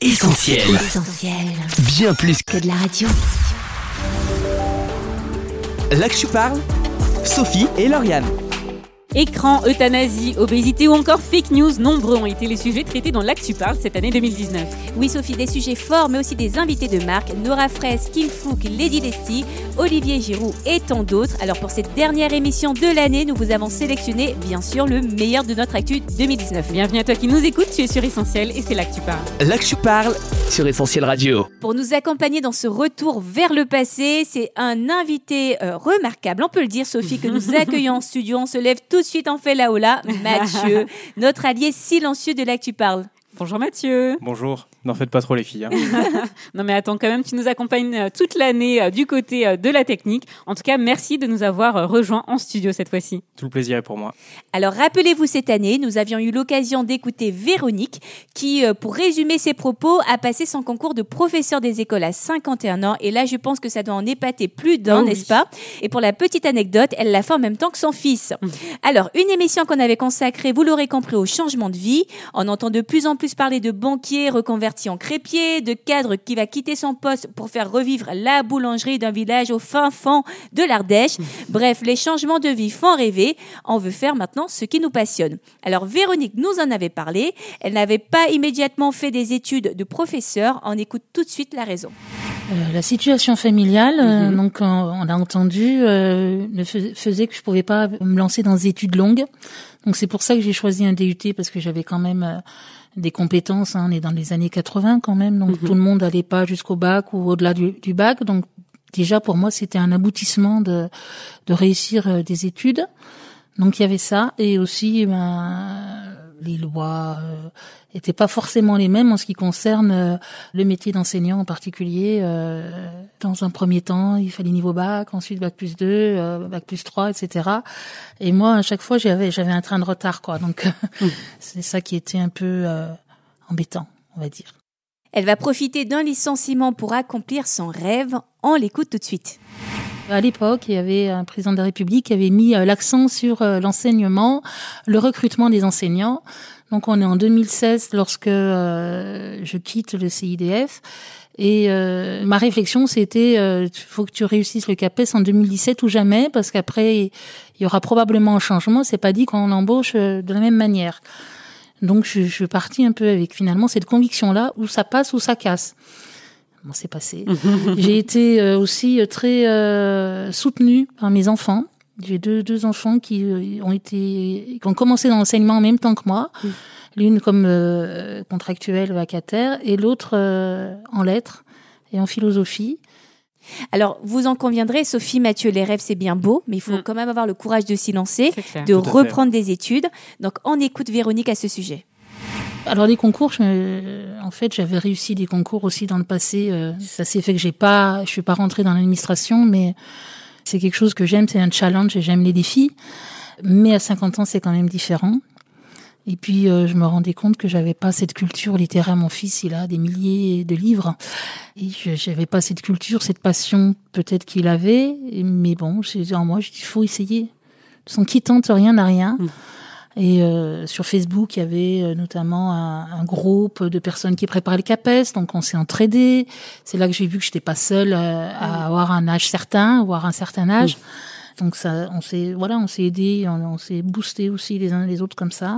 Essentiel. Bien plus que de la radio. Là que je parle, Sophie et Lauriane. Écran, euthanasie, obésité ou encore fake news, nombreux ont été les sujets traités dans L'Actu Parle cette année 2019. Oui Sophie, des sujets forts mais aussi des invités de marque, Nora Fraisse, Kim Phuc, Lady Leslie, Olivier Giroud et tant d'autres. Alors pour cette dernière émission de l'année, nous vous avons sélectionné bien sûr le meilleur de notre Actu 2019. Bienvenue à toi qui nous écoutes, tu es sur Essentiel et c'est L'Actu Parle. L'Actu Parle sur Essentiel Radio. Pour nous accompagner dans ce retour vers le passé, c'est un invité remarquable, on peut le dire Sophie, que nous accueillons en studio. On se lève tout de suite, on fait là haut là, Mathieu, notre allié silencieux de L'Actu Parle. Bonjour Mathieu. Bonjour, n'en faites pas trop les filles. Non mais attends, quand même, tu nous accompagnes toute l'année du côté de la technique. En tout cas, merci de nous avoir rejoints en studio cette fois-ci. Tout le plaisir est pour moi. Alors rappelez-vous, cette année, nous avions eu l'occasion d'écouter Véronique qui, pour résumer ses propos, a passé son concours de professeur des écoles à 51 ans. Et là, je pense que ça doit en épater plus d'un, n'est-ce pas ? Et pour la petite anecdote, elle l'a fait en même temps que son fils. Alors, une émission qu'on avait consacrée, vous l'aurez compris, au changement de vie. On entend de plus en plus parler de banquiers reconvertis en crépiers, de cadre qui va quitter son poste pour faire revivre la boulangerie d'un village au fin fond de l'Ardèche. Bref, les changements de vie font rêver. On veut faire maintenant ce qui nous passionne. Alors Véronique nous en avait parlé. Elle n'avait pas immédiatement fait des études de professeur. On écoute tout de suite la raison. La situation familiale, donc on a entendu, faisait que je pouvais pas me lancer dans des études longues. Donc c'est pour ça que j'ai choisi un DUT, parce que j'avais quand même des compétences, on est dans les années 80 quand même, donc tout le monde n'allait pas jusqu'au bac ou au-delà du bac, donc déjà pour moi c'était un aboutissement de réussir des études. Donc il y avait ça, et aussi les lois étaient pas forcément les mêmes en ce qui concerne le métier d'enseignant en particulier. Dans un premier temps, il fallait niveau bac, ensuite bac plus 2, bac plus 3, etc. Et moi, à chaque fois, j'avais un train de retard, quoi. Donc, c'est ça qui était un peu embêtant, on va dire. Elle va profiter d'un licenciement pour accomplir son rêve. On l'écoute tout de suite. À l'époque, il y avait un président de la République qui avait mis l'accent sur l'enseignement, le recrutement des enseignants. Donc, on est en 2016 lorsque je quitte le CIDF. Et ma réflexion, c'était faut que tu réussisses le CAPES en 2017 ou jamais, parce qu'après, il y aura probablement un changement. C'est pas dit qu'on embauche de la même manière. Donc, je suis partie un peu avec finalement cette conviction-là, où ça passe ou ça casse. Bon, c'est passé. J'ai été aussi très soutenue par mes enfants. J'ai deux enfants qui ont commencé dans l'enseignement en même temps que moi. L'une comme contractuelle vacataire et l'autre en lettres et en philosophie. Alors, vous en conviendrez, Sophie, Mathieu, les rêves, c'est bien beau, mais il faut quand même avoir le courage de s'y lancer, de reprendre des études. Donc, on écoute Véronique à ce sujet. Alors les concours, en fait, j'avais réussi des concours aussi dans le passé. Ça s'est fait que je suis pas rentrée dans l'administration, mais c'est quelque chose que j'aime, c'est un challenge et j'aime les défis. Mais à 50 ans, c'est quand même différent. Et puis, je me rendais compte que j'avais pas cette culture littéraire. Mon fils, il a des milliers de livres. Et j'avais pas cette culture, cette passion peut-être qu'il avait. Mais bon, en moi, je dis, il faut essayer. Sans qui tente rien n'a rien. Et sur Facebook, il y avait notamment un groupe de personnes qui préparaient le CAPES, donc on s'est entraidés. C'est là que j'ai vu que j'étais pas seule à avoir un âge certain, avoir un certain âge. Donc ça, on s'est aidés, on s'est boostés aussi les uns les autres comme ça.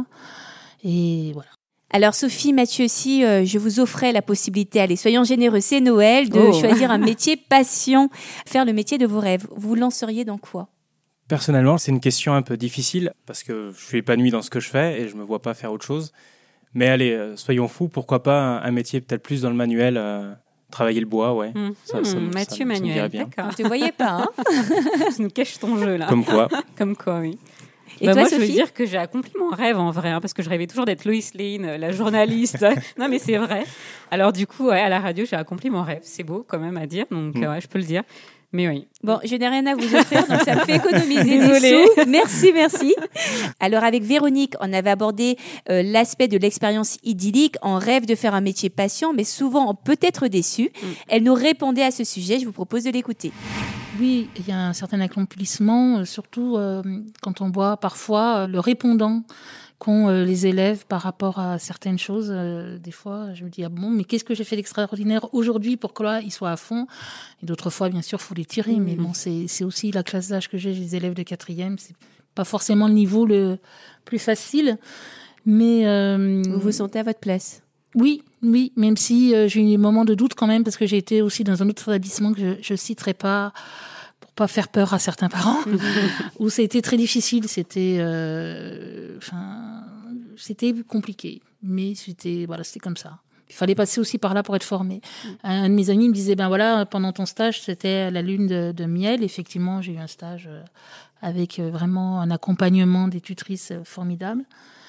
Et voilà. Alors Sophie, Mathieu, si je vous offrais la possibilité, allez, soyons généreux, c'est Noël, de choisir un métier passion, faire le métier de vos rêves, vous lanceriez dans quoi ? Personnellement, c'est une question un peu difficile parce que je suis épanoui dans ce que je fais et je me vois pas faire autre chose. Mais allez, soyons fous, pourquoi pas un métier peut-être plus dans le manuel, travailler le bois, ouais. Mathieu Manuel, d'accord. Tu ne voyais pas, hein ? Tu nous caches ton jeu, là. Comme quoi. Comme quoi, oui. Et toi, moi, Sophie ? je veux dire que j'ai accompli mon rêve en vrai, parce que je rêvais toujours d'être Lois Lane, la journaliste. Non, mais c'est vrai. Alors du coup, à la radio, j'ai accompli mon rêve. C'est beau quand même à dire, donc je peux le dire. Mais oui. Bon, je n'ai rien à vous offrir, donc ça me fait économiser des sous. Merci. Alors, avec Véronique, on avait abordé l'aspect de l'expérience idyllique. On rêve de faire un métier passion, mais souvent, on peut être déçu. Elle nous répondait à ce sujet. Je vous propose de l'écouter. Oui, il y a un certain accomplissement, surtout quand on voit parfois le répondant qu'ont les élèves par rapport à certaines choses. Des fois, je me dis, ah bon, mais qu'est-ce que j'ai fait d'extraordinaire aujourd'hui pour que là, ils soient à fond? Et d'autres fois, bien sûr, il faut les tirer. Mais bon, c'est aussi la classe d'âge que j'ai, les élèves de 4e. C'est pas forcément le niveau le plus facile. Mais vous vous sentez à votre place? Oui, même si j'ai eu des moments de doute quand même, parce que j'ai été aussi dans un autre établissement que je citerai pas, pour pas faire peur à certains parents, où c'était très difficile, c'était compliqué, mais c'était comme ça. Il fallait passer aussi par là pour être formé. Un de mes amis me disait, pendant ton stage, c'était la lune de miel. Effectivement, j'ai eu un stage avec vraiment un accompagnement des tutrices formidables.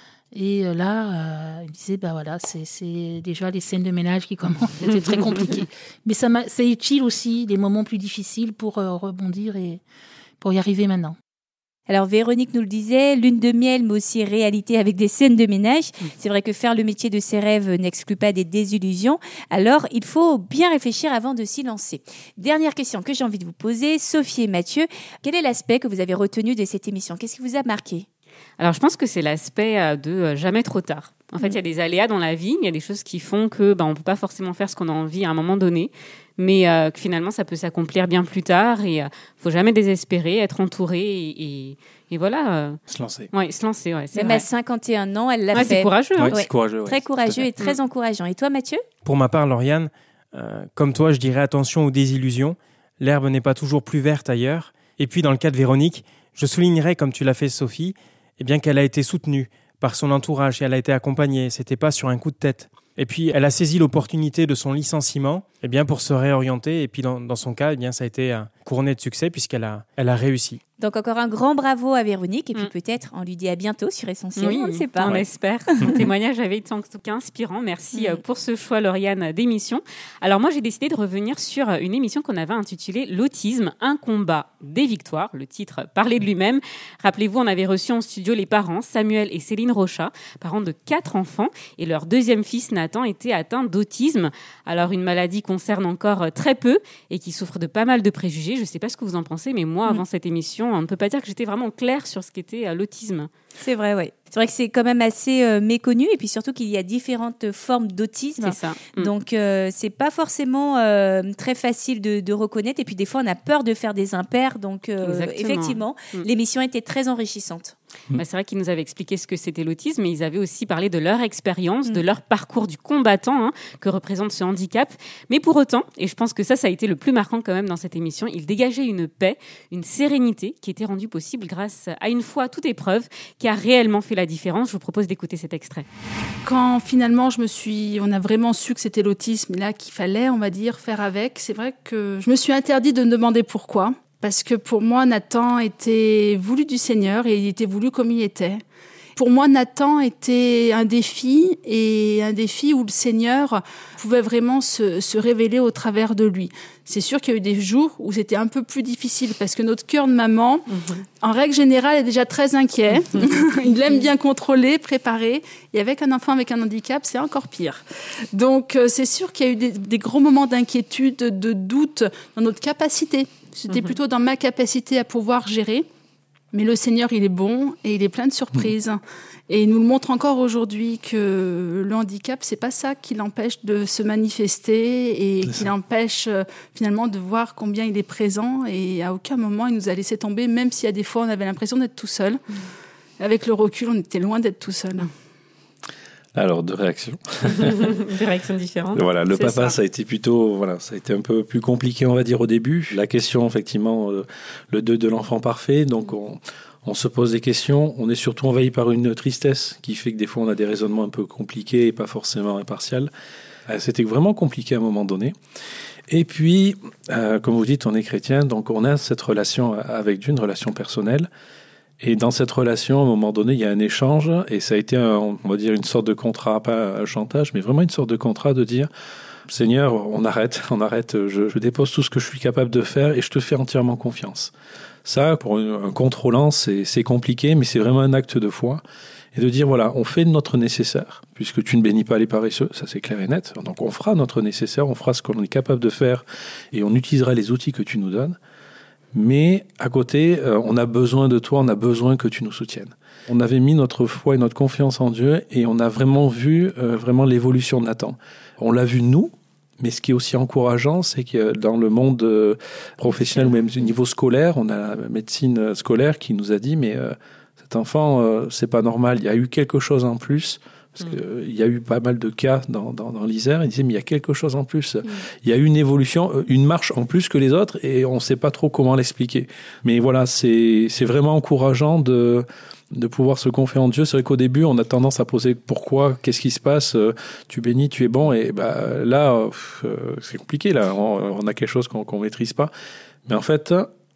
Et là, il me disait, c'est déjà les scènes de ménage qui commencent. C'était très compliqué. Mais c'est utile aussi, les moments plus difficiles pour rebondir et pour y arriver maintenant. Alors Véronique nous le disait, lune de miel, mais aussi réalité avec des scènes de ménage. C'est vrai que faire le métier de ses rêves n'exclut pas des désillusions. Alors, il faut bien réfléchir avant de s'y lancer. Dernière question que j'ai envie de vous poser, Sophie et Mathieu, quel est l'aspect que vous avez retenu de cette émission? Qu'est-ce qui vous a marqué? Alors, je pense que c'est l'aspect de jamais trop tard. En fait, il y a des aléas dans la vie, il y a des choses qui font que on peut pas forcément faire ce qu'on a envie à un moment donné, mais que finalement, ça peut s'accomplir bien plus tard et faut jamais désespérer, être entouré et voilà. Se lancer. Oui, se lancer, ouais, c'est Même vrai. à 51 ans, elle l'a fait. C'est courageux. Ouais, Hein. c'est courageux. Très courageux et très encourageant. Et toi, Mathieu? Pour ma part, Lauriane, comme toi, je dirais attention aux désillusions. L'herbe n'est pas toujours plus verte ailleurs. Et puis, dans le cas de Véronique, je soulignerais, comme tu l'as fait, Sophie, qu'elle a été soutenue par son entourage et elle a été accompagnée. C'était pas sur un coup de tête. Et puis, elle a saisi l'opportunité de son licenciement pour se réorienter. Et puis, dans son cas, ça a été couronné de succès puisqu'elle a réussi. Donc, encore un grand bravo à Véronique. Et puis, peut-être, on lui dit à bientôt sur Essentiel. Oui, on ne sait pas. On espère. Son témoignage avait été en tout cas inspirant. Merci pour ce choix, Lauriane, d'émission. Alors, moi, j'ai décidé de revenir sur une émission qu'on avait intitulée L'autisme, un combat des victoires. Le titre parlait de lui-même. Rappelez-vous, on avait reçu en studio les parents, Samuel et Céline Rochat, parents de 4 enfants. Et leur deuxième fils, Nathan, était atteint d'autisme. Alors, une maladie concerne encore très peu et qui souffre de pas mal de préjugés. Je ne sais pas ce que vous en pensez, mais moi, avant cette émission, on ne peut pas dire que j'étais vraiment claire sur ce qu'était l'autisme. C'est vrai, oui. C'est vrai que c'est quand même assez méconnu et puis surtout qu'il y a différentes formes d'autisme. C'est ça. Donc, c'est pas forcément très facile de reconnaître. Et puis, des fois, on a peur de faire des impairs. Donc, effectivement, l'émission était très enrichissante. C'est vrai qu'ils nous avaient expliqué ce que c'était l'autisme, mais ils avaient aussi parlé de leur expérience, de leur parcours du combattant que représente ce handicap. Mais pour autant, et je pense que ça a été le plus marquant quand même dans cette émission, ils dégageaient une paix, une sérénité qui était rendue possible grâce à une foi à toute épreuve qui a réellement fait la différence. Je vous propose d'écouter cet extrait. Quand finalement on a vraiment su que c'était l'autisme, là qu'il fallait, on va dire, faire avec, c'est vrai que je me suis interdit de me demander pourquoi. Parce que pour moi, Nathan était voulu du Seigneur et il était voulu comme il était. Pour moi, Nathan était un défi et un défi où le Seigneur pouvait vraiment se révéler au travers de lui. C'est sûr qu'il y a eu des jours où c'était un peu plus difficile parce que notre cœur de maman, en règle générale, est déjà très inquiet. Il aime bien contrôler, préparer. Et avec un enfant avec un handicap, c'est encore pire. Donc, c'est sûr qu'il y a eu des gros moments d'inquiétude, de doute dans notre capacité. C'était plutôt dans ma capacité à pouvoir gérer. Mais le Seigneur, il est bon et il est plein de surprises. Et il nous le montre encore aujourd'hui que le handicap, c'est pas ça qui l'empêche de se manifester et qui l'empêche finalement de voir combien il est présent. Et à aucun moment, il nous a laissé tomber, même s'il y a des fois, on avait l'impression d'être tout seul. Avec le recul, on était loin d'être tout seul. Alors, 2 réactions. Des réactions différentes. Voilà, le papa, ça a été plutôt, ça a été un peu plus compliqué, on va dire, au début. La question, effectivement, le deuil de l'enfant parfait. Donc, on se pose des questions. On est surtout envahi par une tristesse qui fait que des fois, on a des raisonnements un peu compliqués et pas forcément impartials. C'était vraiment compliqué à un moment donné. Et puis, comme vous dites, on est chrétien, donc on a cette relation avec Dieu, une relation personnelle. Et dans cette relation, à un moment donné, il y a un échange, et ça a été, on va dire, une sorte de contrat, pas un chantage, mais vraiment une sorte de contrat de dire, Seigneur, on arrête, je dépose tout ce que je suis capable de faire et je te fais entièrement confiance. Ça, pour un contrôlant, c'est compliqué, mais c'est vraiment un acte de foi. Et de dire, voilà, on fait notre nécessaire, puisque tu ne bénis pas les paresseux, ça c'est clair et net. Donc on fera notre nécessaire, on fera ce qu'on est capable de faire, et on utilisera les outils que tu nous donnes. Mais à côté, on a besoin de toi, on a besoin que tu nous soutiennes. On avait mis notre foi et notre confiance en Dieu et on a vraiment vu vraiment l'évolution de Nathan. On l'a vu nous, mais ce qui est aussi encourageant, c'est que dans le monde professionnel ou même au niveau scolaire, on a la médecine scolaire qui nous a dit mais cet enfant, c'est pas normal, il y a eu quelque chose en plus. Parce qu'il y a eu pas mal de cas dans l'Isère. Il disait, mais il y a quelque chose en plus. Il y a eu une évolution, une marche en plus que les autres, et on ne sait pas trop comment l'expliquer. Mais voilà, c'est vraiment encourageant de pouvoir se confier en Dieu. C'est vrai qu'au début, on a tendance à poser pourquoi, qu'est-ce qui se passe, tu bénis, tu es bon. Et là, c'est compliqué. Là, on a quelque chose qu'on ne maîtrise pas. Mais en fait,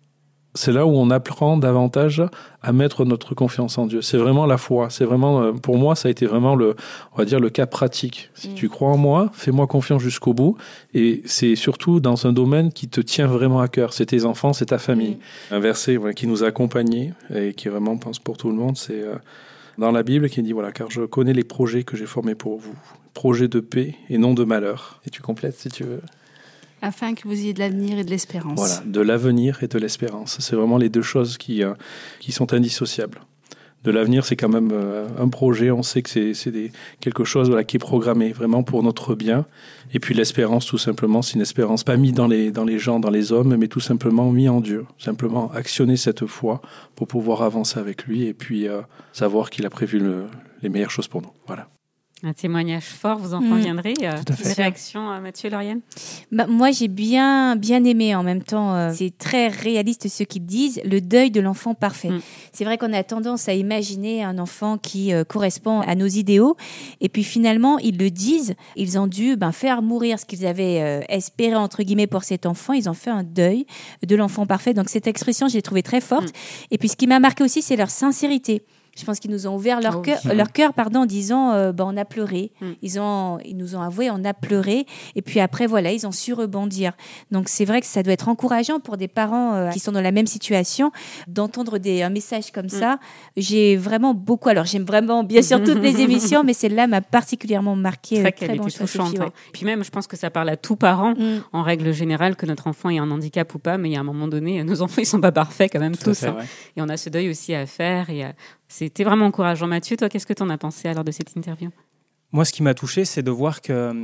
c'est là où on apprend davantage à mettre notre confiance en Dieu. C'est vraiment la foi. C'est vraiment, pour moi, ça a été vraiment on va dire, le cas pratique. Si tu crois en moi, fais-moi confiance jusqu'au bout. Et c'est surtout dans un domaine qui te tient vraiment à cœur. C'est tes enfants, c'est ta famille. Un verset qui nous a accompagnés et qui vraiment pense pour tout le monde, c'est dans la Bible qui dit, voilà, car je connais les projets que j'ai formés pour vous. Projets de paix et non de malheur. Et tu complètes si tu veux. Afin que vous ayez de l'avenir et de l'espérance. Voilà, de l'avenir et de l'espérance. C'est vraiment les deux choses qui sont indissociables. De l'avenir, c'est quand même un projet. On sait que c'est quelque chose qui est programmé vraiment pour notre bien. Et puis l'espérance, tout simplement, c'est une espérance pas mise dans les gens, dans les hommes, mais tout simplement mis en Dieu. Simplement actionner cette foi pour pouvoir avancer avec lui et puis savoir qu'il a prévu les meilleures choses pour nous. Voilà. Un témoignage fort, vous en conviendrez. Une réaction, Mathieu et Lauriane ? Moi, j'ai bien aimé en même temps. C'est très réaliste ce qu'ils disent, le deuil de l'enfant parfait. C'est vrai qu'on a tendance à imaginer un enfant qui correspond à nos idéaux. Et puis finalement, ils le disent, ils ont dû faire mourir ce qu'ils avaient espéré, entre guillemets, pour cet enfant. Ils ont fait un deuil de l'enfant parfait. Donc cette expression, je l'ai trouvée très forte. Et puis ce qui m'a marqué aussi, c'est leur sincérité. Je pense qu'ils nous ont ouvert leur cœur en disant on a pleuré. Ils nous ont avoué, on a pleuré. Et puis après, voilà, ils ont su rebondir. Donc c'est vrai que ça doit être encourageant pour des parents qui sont dans la même situation d'entendre un message comme ça. J'ai vraiment beaucoup. Alors j'aime vraiment, bien sûr, toutes les émissions, mais celle-là m'a particulièrement marquée. Très bon choix, Sophie. Ouais. Puis même, je pense que ça parle à tous parents, en règle générale, que notre enfant ait un handicap ou pas. Mais il y a un moment donné, nos enfants, ils sont pas parfaits quand même tous. Fait, ouais. Et on a ce deuil aussi à faire. C'était vraiment encourageant. Mathieu, toi, qu'est-ce que tu en as pensé alors de cette interview ? Moi, ce qui m'a touché, c'est de voir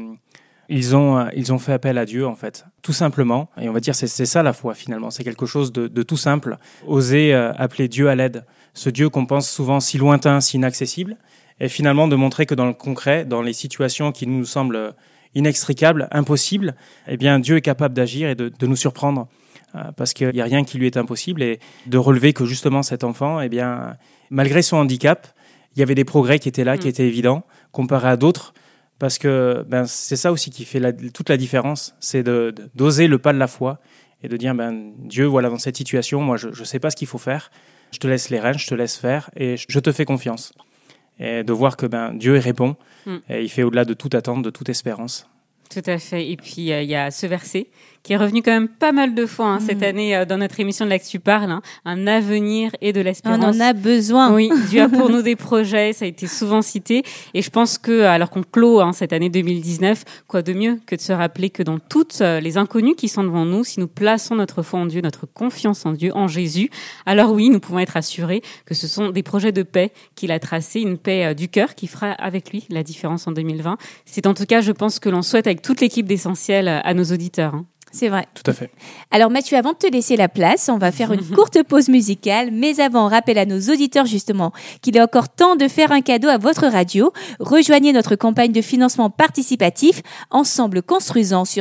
qu'ils ont fait appel à Dieu, en fait, tout simplement. Et on va dire, c'est ça la foi, finalement. C'est quelque chose de tout simple. Oser appeler Dieu à l'aide. Ce Dieu qu'on pense souvent si lointain, si inaccessible. Et finalement, de montrer que dans le concret, dans les situations qui nous semblent inextricables, impossibles, eh bien, Dieu est capable d'agir et de nous surprendre. Parce qu'il n'y a rien qui lui est impossible. Et de relever que justement, cet enfant, eh bien, malgré son handicap, il y avait des progrès qui étaient là, qui étaient évidents, comparé à d'autres, parce que c'est ça aussi qui fait toute la différence, c'est d'oser le pas de la foi et de dire, Dieu, voilà, dans cette situation, moi, je ne sais pas ce qu'il faut faire, je te laisse les rênes, je te laisse faire, et je te fais confiance. Et de voir que Dieu répond, et il fait au-delà de toute attente, de toute espérance. Tout à fait. Et puis, il y a ce verset qui est revenu quand même pas mal de fois cette année dans notre émission de l'Actu Parle. Un avenir et de l'espérance. On en a besoin. Oui, Dieu a pour nous des projets, ça a été souvent cité. Et je pense que, alors qu'on clôt cette année 2019, quoi de mieux que de se rappeler que dans toutes les inconnues qui sont devant nous, si nous plaçons notre foi en Dieu, notre confiance en Dieu, en Jésus, alors oui, nous pouvons être assurés que ce sont des projets de paix qu'il a tracés, une paix du cœur qui fera avec lui la différence en 2020. C'est en tout cas, je pense, que l'on souhaite avec toute l'équipe d'Essentiel à nos auditeurs. C'est vrai. Tout à fait. Alors Mathieu, avant de te laisser la place, on va faire une courte pause musicale. Mais avant, on rappelle à nos auditeurs justement qu'il est encore temps de faire un cadeau à votre radio. Rejoignez notre campagne de financement participatif. Ensemble construisant sur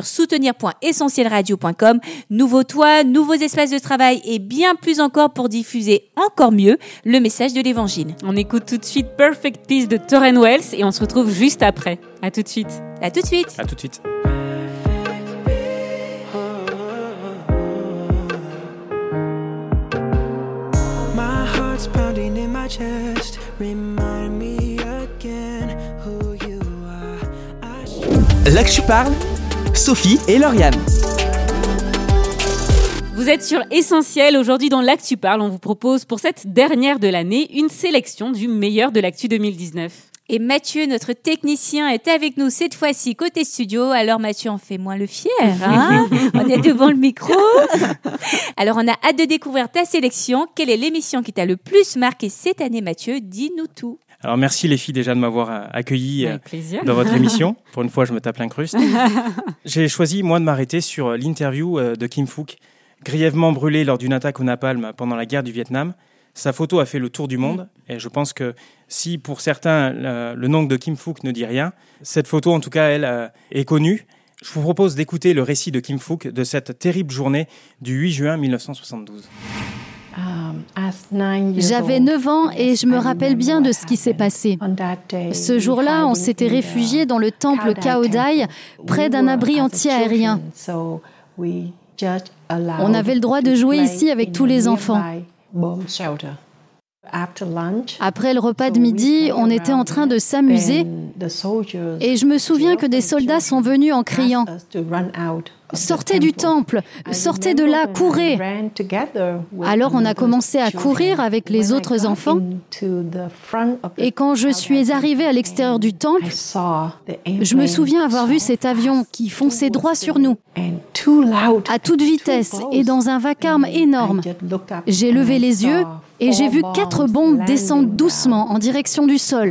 soutenir.essentielradio.com. Nouveaux toits, nouveaux espaces de travail et bien plus encore pour diffuser encore mieux le message de l'Évangile. On écoute tout de suite Perfect Peace de Tauren Wells et on se retrouve juste après. À tout de suite. À tout de suite. À tout de suite. Chest, remind me again who you are. L'Actu Parle, Sophie et Lauriane. Vous êtes sur Essentiel. Aujourd'hui, dans l'Actu Parle, on vous propose pour cette dernière de l'année une sélection du meilleur de l'Actu 2019. Et Mathieu, notre technicien, est avec nous cette fois-ci côté studio. Alors Mathieu, en fait moins le fier, hein. On est devant le micro. Alors on a hâte de découvrir ta sélection. Quelle est l'émission qui t'a le plus marqué cette année, Mathieu? Dis-nous tout. Alors merci les filles déjà de m'avoir accueilli dans votre émission. Pour une fois, je me tape l'incruste. J'ai choisi, moi, de m'arrêter sur l'interview de Kim Phuc, grièvement brûlé lors d'une attaque au napalm pendant la guerre du Vietnam. Sa photo a fait le tour du monde et je pense que si pour certains le nom de Kim Phuc ne dit rien, cette photo en tout cas elle est connue. Je vous propose d'écouter le récit de Kim Phuc de cette terrible journée du 8 juin 1972. J'avais 9 ans et je me rappelle bien de ce qui s'est passé. Ce jour-là, on s'était réfugiés dans le temple Khao Dai, près d'un abri anti-aérien. On avait le droit de jouer ici avec tous les enfants. Après le repas de midi, on était en train de s'amuser et je me souviens que des soldats sont venus en criant « Sortez du temple, sortez de là, courez !» Alors on a commencé à courir avec les autres enfants et quand je suis arrivée à l'extérieur du temple, je me souviens avoir vu cet avion qui fonçait droit sur nous, à toute vitesse et dans un vacarme énorme. J'ai levé les yeux et j'ai vu 4 bombes descendre doucement en direction du sol.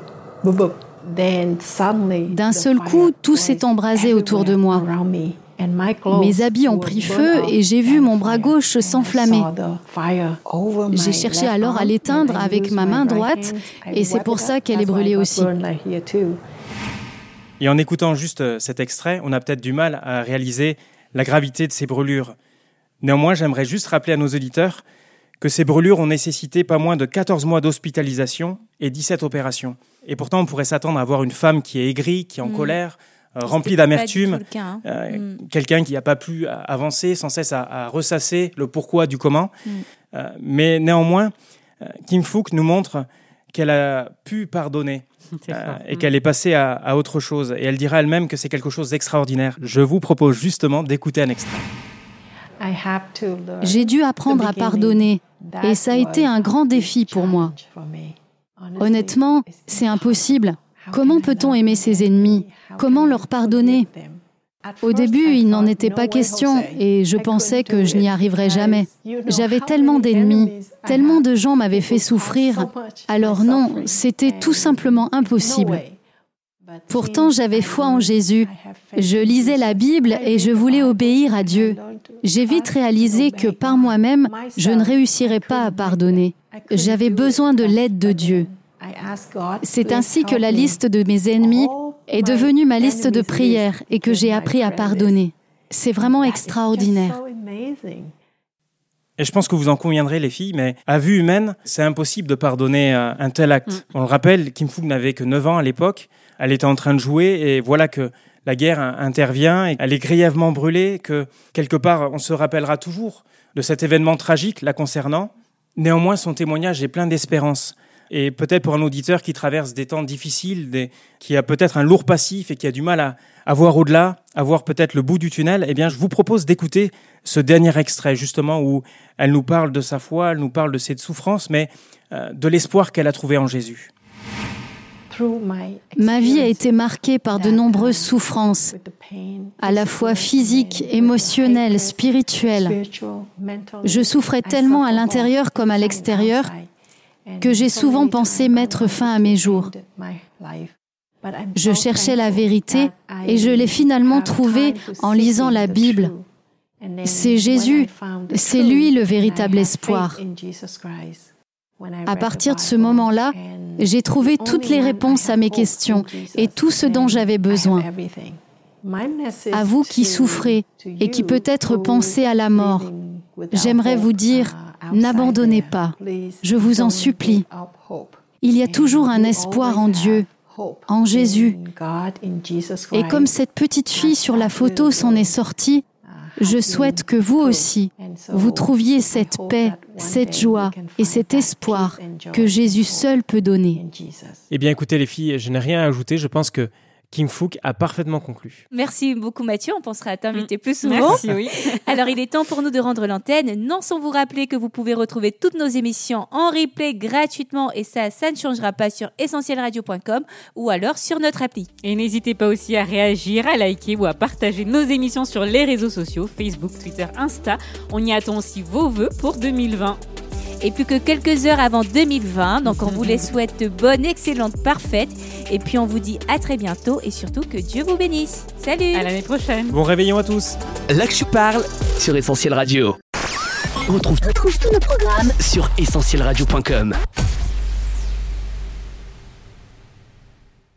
D'un seul coup, tout s'est embrasé autour de moi. Mes habits ont pris feu et j'ai vu mon bras gauche s'enflammer. J'ai cherché alors à l'éteindre avec ma main droite et c'est pour ça qu'elle est brûlée aussi. Et en écoutant juste cet extrait, on a peut-être du mal à réaliser la gravité de ces brûlures. Néanmoins, j'aimerais juste rappeler à nos auditeurs que ces brûlures ont nécessité pas moins de 14 mois d'hospitalisation et 17 opérations. Et pourtant, on pourrait s'attendre à voir une femme qui est aigrie, qui est en colère, remplie d'amertume, quelqu'un qui n'a pas pu avancer, sans cesse à ressasser le pourquoi du comment. Mais néanmoins, Kim Phuc nous montre qu'elle a pu pardonner et qu'elle est passée à autre chose. Et elle dira elle-même que c'est quelque chose d'extraordinaire. Je vous propose justement d'écouter un extrait. J'ai dû apprendre à pardonner et ça a été un grand défi pour moi. Honnêtement, c'est impossible. Comment peut-on aimer ses ennemis? Comment leur pardonner? Au début, il n'en était pas question et je pensais que je n'y arriverais jamais. J'avais tellement d'ennemis, tellement de gens m'avaient fait souffrir. Alors non, c'était tout simplement impossible. Pourtant, j'avais foi en Jésus. Je lisais la Bible et je voulais obéir à Dieu. J'ai vite réalisé que par moi-même, je ne réussirais pas à pardonner. J'avais besoin de l'aide de Dieu. C'est ainsi que la liste de mes ennemis est devenue ma liste de prières et que j'ai appris à pardonner. C'est vraiment extraordinaire. Et je pense que vous en conviendrez, les filles, mais à vue humaine, c'est impossible de pardonner un tel acte. On le rappelle, Kim Phuc n'avait que 9 ans à l'époque. Elle était en train de jouer et voilà que la guerre intervient et elle est grièvement brûlée, que quelque part, on se rappellera toujours de cet événement tragique la concernant. Néanmoins, son témoignage est plein d'espérance. Et peut-être pour un auditeur qui traverse des temps difficiles, qui a peut-être un lourd passif et qui a du mal à voir au-delà, à voir peut-être le bout du tunnel, eh bien, je vous propose d'écouter ce dernier extrait, justement, où elle nous parle de sa foi, elle nous parle de cette souffrance, mais de l'espoir qu'elle a trouvé en Jésus. Ma vie a été marquée par de nombreuses souffrances, à la fois physiques, émotionnelles, spirituelles. Je souffrais tellement à l'intérieur comme à l'extérieur que j'ai souvent pensé mettre fin à mes jours. Je cherchais la vérité et je l'ai finalement trouvée en lisant la Bible. C'est Jésus, c'est lui le véritable espoir. À partir de ce moment-là, j'ai trouvé toutes les réponses à mes questions et tout ce dont j'avais besoin. À vous qui souffrez et qui peut-être pensez à la mort, j'aimerais vous dire, n'abandonnez pas, je vous en supplie. Il y a toujours un espoir en Dieu, en Jésus. Et comme cette petite fille sur la photo s'en est sortie, je souhaite que vous aussi, vous trouviez cette paix, cette joie et cet espoir que Jésus seul peut donner. Eh bien, écoutez les filles, je n'ai rien à ajouter. Je pense que Kim Phuc a parfaitement conclu. Merci beaucoup Mathieu, on pensera à t'inviter plus souvent. Merci, oui. Alors il est temps pour nous de rendre l'antenne, non sans vous rappeler que vous pouvez retrouver toutes nos émissions en replay gratuitement et ça ne changera pas sur essentielradio.com ou alors sur notre appli. Et n'hésitez pas aussi à réagir, à liker ou à partager nos émissions sur les réseaux sociaux, Facebook, Twitter, Insta. On y attend aussi vos vœux pour 2020. Et plus que quelques heures avant 2020, donc on vous les souhaite de bonnes, excellentes, parfaites. Et puis on vous dit à très bientôt et surtout que Dieu vous bénisse. Salut! À l'année prochaine! Bon réveillon à tous! Là que je parle sur Essentiel Radio. On retrouve tous nos programmes sur essentielradio.com.